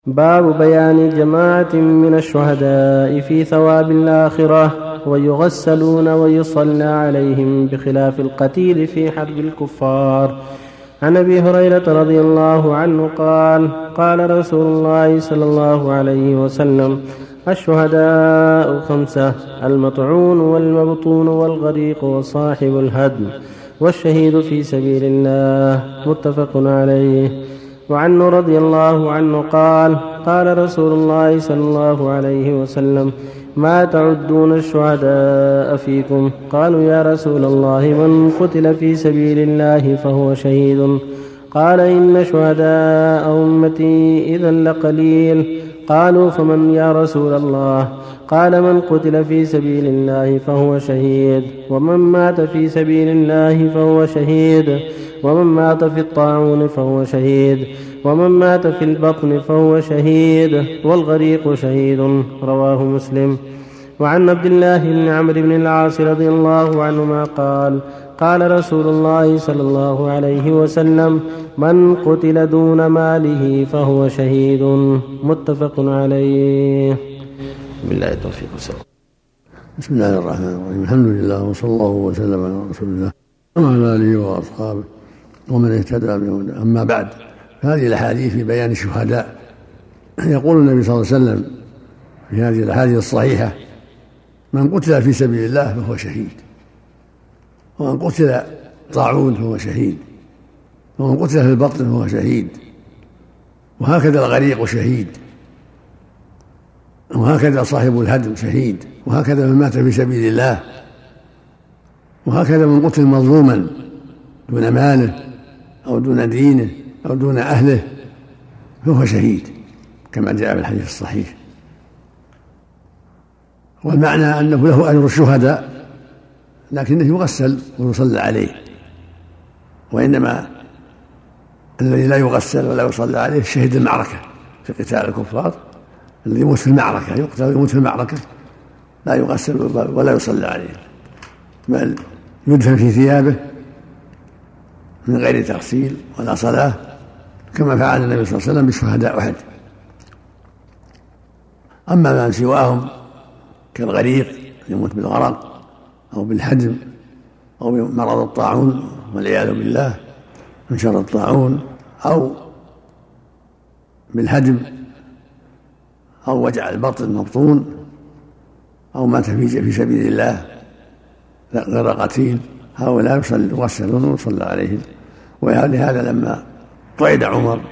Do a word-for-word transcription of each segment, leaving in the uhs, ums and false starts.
باب بيان جماعة من الشهداء في ثواب الآخرة ويغسلون ويصلى عليهم بخلاف القتيل في حرب الكفار. عن أبي هريرة رضي الله عنه قال قال رسول الله صلى الله عليه وسلم: الشهداء خمسة: المطعون والمبطون والغريق وصاحب الهدم والشهيد في سبيل الله. متفق عليه. وعنه رضي الله عنه قال قال رسول الله صلى الله عليه وسلم: ما تعدون الشهداء فيكم؟ قالوا: يا رسول الله، من قتل في سبيل الله فهو شهيد. قال: إن شهداء أمتي إذا لقليل. قالوا: فمن يا رسول الله؟ قال: من قتل في سبيل الله فهو شهيد، ومن مات في سبيل الله فهو شهيد، ومن مات في الطاعون فهو شهيد، ومن مات في البطن فهو شهيد، والغريق شهيد. رواه مسلم. وعن عبد الله بن عمرو بن العاص رضي الله عنهما قال قال رسول الله صلى الله عليه وسلم: من قتل دون ماله فهو شهيد. متفق عليه. بالله التوفيق والسلام. بسم الله الرحمن الرحيم. الحمد لله وصلى الله وسلم على رسول الله وعلى آله وأصحابه ومن اهتدى بهداه. أما بعد، هذه الأحاديث في بيان الشهداء. يقول النبي صلى الله عليه وسلم في هذه الأحاديث الصحيحة: من قتل في سبيل الله فهو شهيد، ومن قتل طاعون فهو شهيد، ومن قتل في البطن فهو شهيد، وهكذا الغريق شهيد، وهكذا صاحب الهدم شهيد، وهكذا من مات في سبيل الله، وهكذا من قتل مظلوما دون ماله أو دون دينه أو دون أهله فهو شهيد، كما جاء في الحديث الصحيح. والمعنى أنه له أجر الشهداء، لكنه يغسل ويصلى عليه. وإنما الذي لا يغسل ولا يصلى عليه شهيد المعركة في قتال الكفار، الذي يموت في المعركة، يقتل ويموت في المعركة، لا يغسل ولا يصلى عليه، بل يدفن في ثيابه من غير تغسيل ولا صلاة، كما فعل النبي صلى الله عليه وسلم بشهداء أحد. أما من سواهم كالغريق يموت بالغرق أو بالهدم أو بمرض الطاعون والعياذ بالله من شر الطاعون، أو بالهدم، أو وجع البطن مبطون، أو مات في سبيل الله غير قتيل، هؤلاء يغسلون ويصلى عليهم. ولهذا لما قعد عمر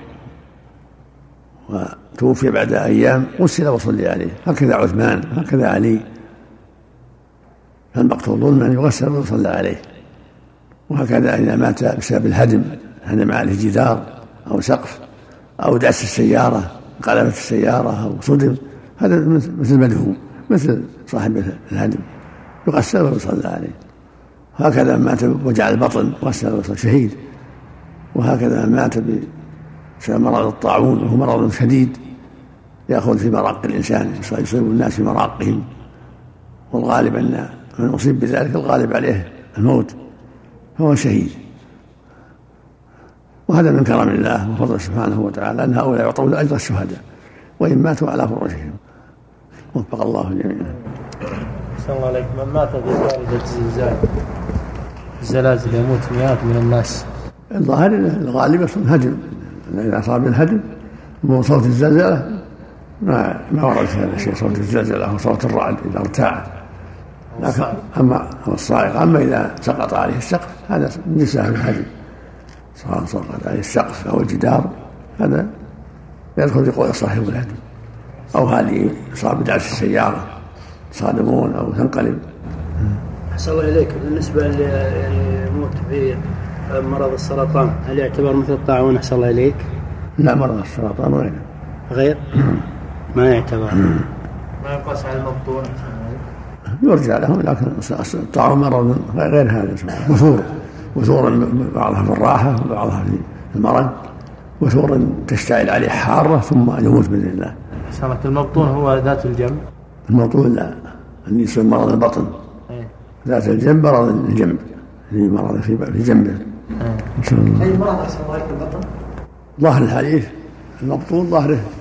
وتوفي بعد أيام غسل وصلي عليه، هكذا عثمان، هكذا علي. فالمقتول ظلما يغسل ويصلى عليه. وهكذا إذا مات بسبب الهدم، هدم عليه جدار أو سقف أو دعس السيارة، انقلبت السيارة أو صدم، هذا مثل مدهوم، مثل صاحب الهدم، يغسل ويصلى عليه. هكذا مات وجع البطن غسل ويصلى شهيد. وهكذا مات بسبب مرض الطاعون، وهو مرض شديد يأخذ في مراق الإنسان، يصيب الناس في مراقهم، والغالب أن من أصيب بذلك الغالب عليه الموت، فهو شهيد. وهذا من كرم الله وفضل سبحانه وتعالى أن هؤلاء يعطون أجر الشهداء وإن ماتوا على فراشهم. وفق الله جميعا. أحسن الله عليك. من مات في واردة الزلزال الزلازل يموت مئات من الناس. الظاهر الغالب يكون هدم، إذا أصاب الهدم وصوت الزلزلة ما ما ورد هذا الشيء، صوت الزلزلة وصوت الرعد إذا ارتاع. لكن أما الصاعقة، أما إذا سقط عليه السقف هذا من سهم الهدم، سواء سقط عليه السقف أو الجدار، هذا يدخل في قول صاحب الهدم. أو هذه إصابة بدعس السيارة صادمون أو تنقلب. أحسن الله إليك. بالنسبة يعني يموت في مرض السرطان، هل يعتبر مثل الطاعون؟ أحسن الله إليك. لا، مرض السرطان غير غير ما يعتبر. ما يقاس على المبطون، يرجع لهم، لكن الطاعون مرض غير هذا، وثور وثور بعضها في الراحة وبعضها في المرض، وثور تشتعل عليه حارة ثم يموت بإذن الله. سمة المبطون هو ذات الجنب. المبطون لا، اللي يسمى مرض البطن. ايه. ذات الجنب مرض الجنب، اللي مرض في جنبه. ايه. إن شاء الله. أي مرض أحسن الله في البطن؟ ظاهر الحديث المبطون ظاهره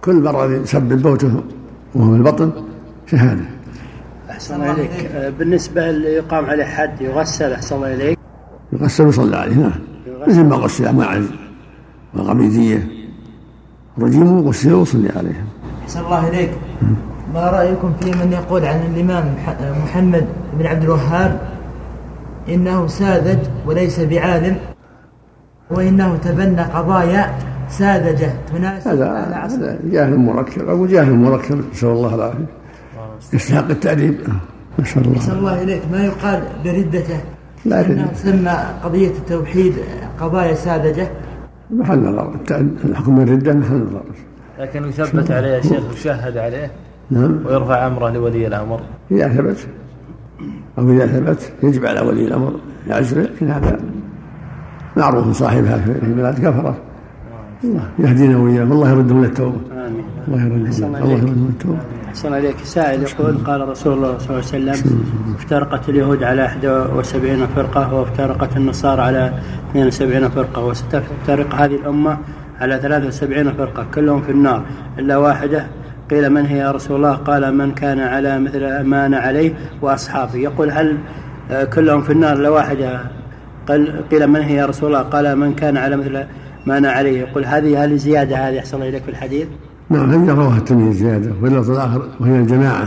كل مرض يسبب موته وهو في البطن شهادة. أحسن إليك. بالنسبة اللي يقام عليه حد يغسل، أحسن الله إليك، يغسل ويصلى عليه. نعم، مثل ما غسل ماعز وغميدية رجيم غسل وصلي عليه. أحسن الله إليك. ما رأيكم في من يقول عن الإمام محمد بن عبد الوهاب إنه ساذج وليس بعالم، وإنه تبنى قضايا ساذجة تناسب هذا جاهل مركب أو جاهل مركب، نسأل الله العافية، يستحق التأديب. ما شاء الله. أحسن الله إليك. ما يقال بردته لا إنه سمى قضية التوحيد قضايا ساذجة؟ محل نظر، الحكم الردة محل نظر، لكن يثبت عليه يا شيخ ويشهد عليه. نعم. ويرفع أمره لولي الأمر إذا ثبت، أو إذا ثبت يجب على ولي الأمر يعزله، لكن هذا معروف صاحبها في بلاد كفرة. الله يهدينا وإياهم، الله يردهم للتوبة. آمين. الله يردهم الله يردهم للتوبة. أحسن عليك. سائل يقول قال رسول الله صلى الله عليه وسلم افترقت اليهود على إحدى وسبعين فرقة وافترقت النصارى على اثنين وسبعين فرقة وستفترق هذه الأمة على ثلاثة وسبعين فرقة كلهم في النار إلا واحدة. قيل من هي يا رسول الله؟ قال من كان على مثل ما أنا عليه وأصحابي. يقول هل كلهم في النار إلا واحدة؟ قيل من هي يا رسول الله؟ قال من كان على مثل ما أنا عليه. يقول هذه هل زيادة هذه أحسن الله إليك في الحديث؟ نعم، هم يروها التمييز زيادة، واللفظ الآخر وهي الجماعة.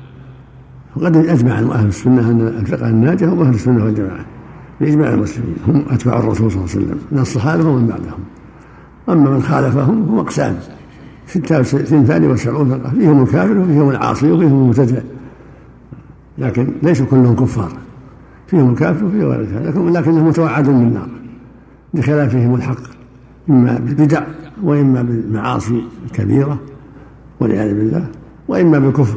وقد أجمع أهل السنة أن الفقه الناجح هم أهل السنة والجماعة بإجماع المسلمين، هم أتباع الرسول صلى الله عليه وسلم من الصحابة ومن بعدهم. أما من خالفهم هم أقسام ثنتان وسبعون فرقة، فيهم الكافر وفيهم العاصي وفيهم المبتدع، لكن ليسوا كلهم كفار، فيهم الكافر وفيهم غير الكافر، لكنهم متوعدون بالنار بخلافهم الحق، إما بالبدع وإما بالمعاصي الكبيرة والعياذ بالله، وإما بالكفر.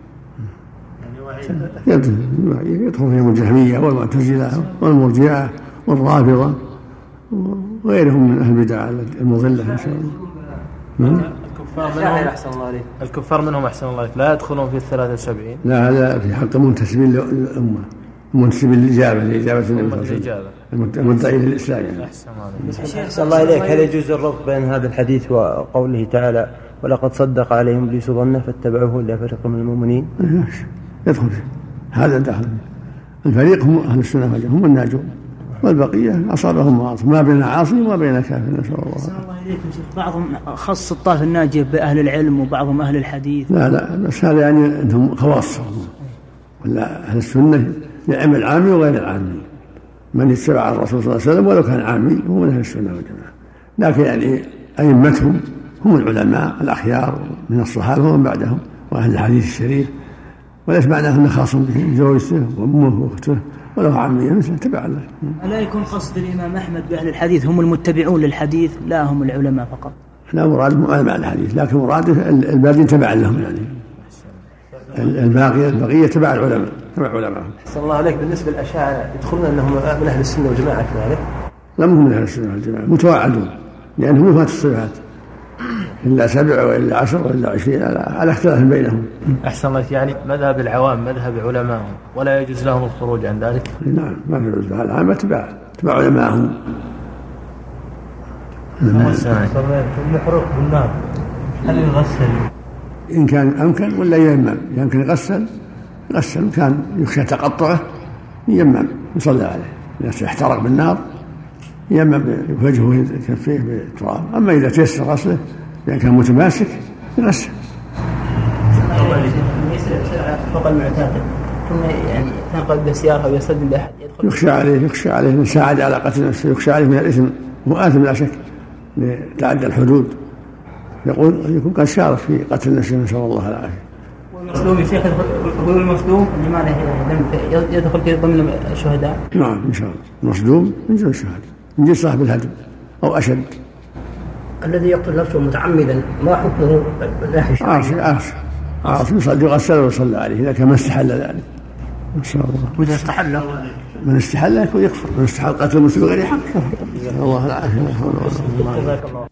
يدخل فيهم الجهمية والمعتزلة والمرجئة والرافضة وغيرهم من أهل البدع المضلة إن شاء الله. الكفار منهم أحسن الله عليك. الكفار منهم أحسن الله عليك لا يدخلون في الثلاثة وسبعين. لا، هذا في حق منتسبين للأمة، منتسبين للإجابة لإجابة النبي المدعي للإسلام. أحسن الله عليك. هل يجوز الربط بين هذا الحديث وقوله تعالى ولقد صدق عليهم إبليس ظنه فاتبعوه إلا فريق من المؤمنين؟ يدخل فيه هذا داخل. الفريق هم أهل السنة والجماعة، هم الناجون، والبقية أصابهم معاصي، ما بين عاصي وما بين كافر، نسأل الله. أحسن الله إليكم. بعضهم خص الطائفة الناجية بأهل العلم وبعضهم أهل الحديث. لا لا، بس هذا يعني أنهم خواص، ولا أهل السنة يعم العامي وغير العامي، من يتبع الرسول صلى الله عليه وسلم ولو كان عامي هو من أهل السنة والجماعة، لكن يعني أئمتهم هم العلماء الأخيار من الصحابة ومن بعدهم وأهل الحديث الشريف، وليس معناه أنه خاص به زوجته وأمه وأخته ولو عامية مثل تبع الله. ألا يكون قصد الإمام أحمد بأهل الحديث هم المتبعون للحديث لا هم العلماء فقط؟ لا، مراد علماء الحديث، لكن مراد الباقين تبع لهم، يعني الباقي البقية تبع العلماء تبع علماء. أحسن الله عليك. بالنسبة للأشاعرة يدخلون أنهم من أهل السنة والجماعة كذلك؟ لا، هم من أهل السنة والجماعة متوعدون، لأنهم وفات الصفات إلا سبع وإلا عشر وإلا عشرين على اختلاف بينهم. أحسن الله. يعني مذهب العوام مذهب علمائهم ولا يجوز لهم الخروج عن ذلك؟ نعم، ما يجوز لها العامة تبع تبع علمائهم. المحروق بالنار هل يغسل؟ إن كان أمكن ولا ييمم، يمكن يغسل يغسل، كان يخشى تقطعه ييمم يصلى عليه، إذا احترق بالنار ييمم بوجهه كفيه بالتراب. أما إذا تيسر غسله إذا كان متماسك يغسل. فوق المعتاد ثم يعني تنقل بسيارة أو يصدم بأحد يخشى عليه يخشى عليه من ساعد على قتل نفسه، يخشى عليه من الإثم، هو آثم لا شك لتعدى الحدود، يقول يكون قد شارك في قتل نفسه، نسأل الله العافية. والمظلوم يا شيخ يقول المظلوم لماذا يدخل في ضمن الشهداء؟ نعم إن شاء الله، المظلوم من جنس الشهداء، من جنس صاحب الهدم أو أشد. الذي يقتل نفسه متعمدا ما حكمه؟ عاصي عاصي عاصي يصلي يغسل ويصلى عليه إذا كان ما استحل ذلك إن شاء الله. وإذا استحل من استحل يكون يكفر، من استحل قتل المسلم غير حق كفر. الله العافية.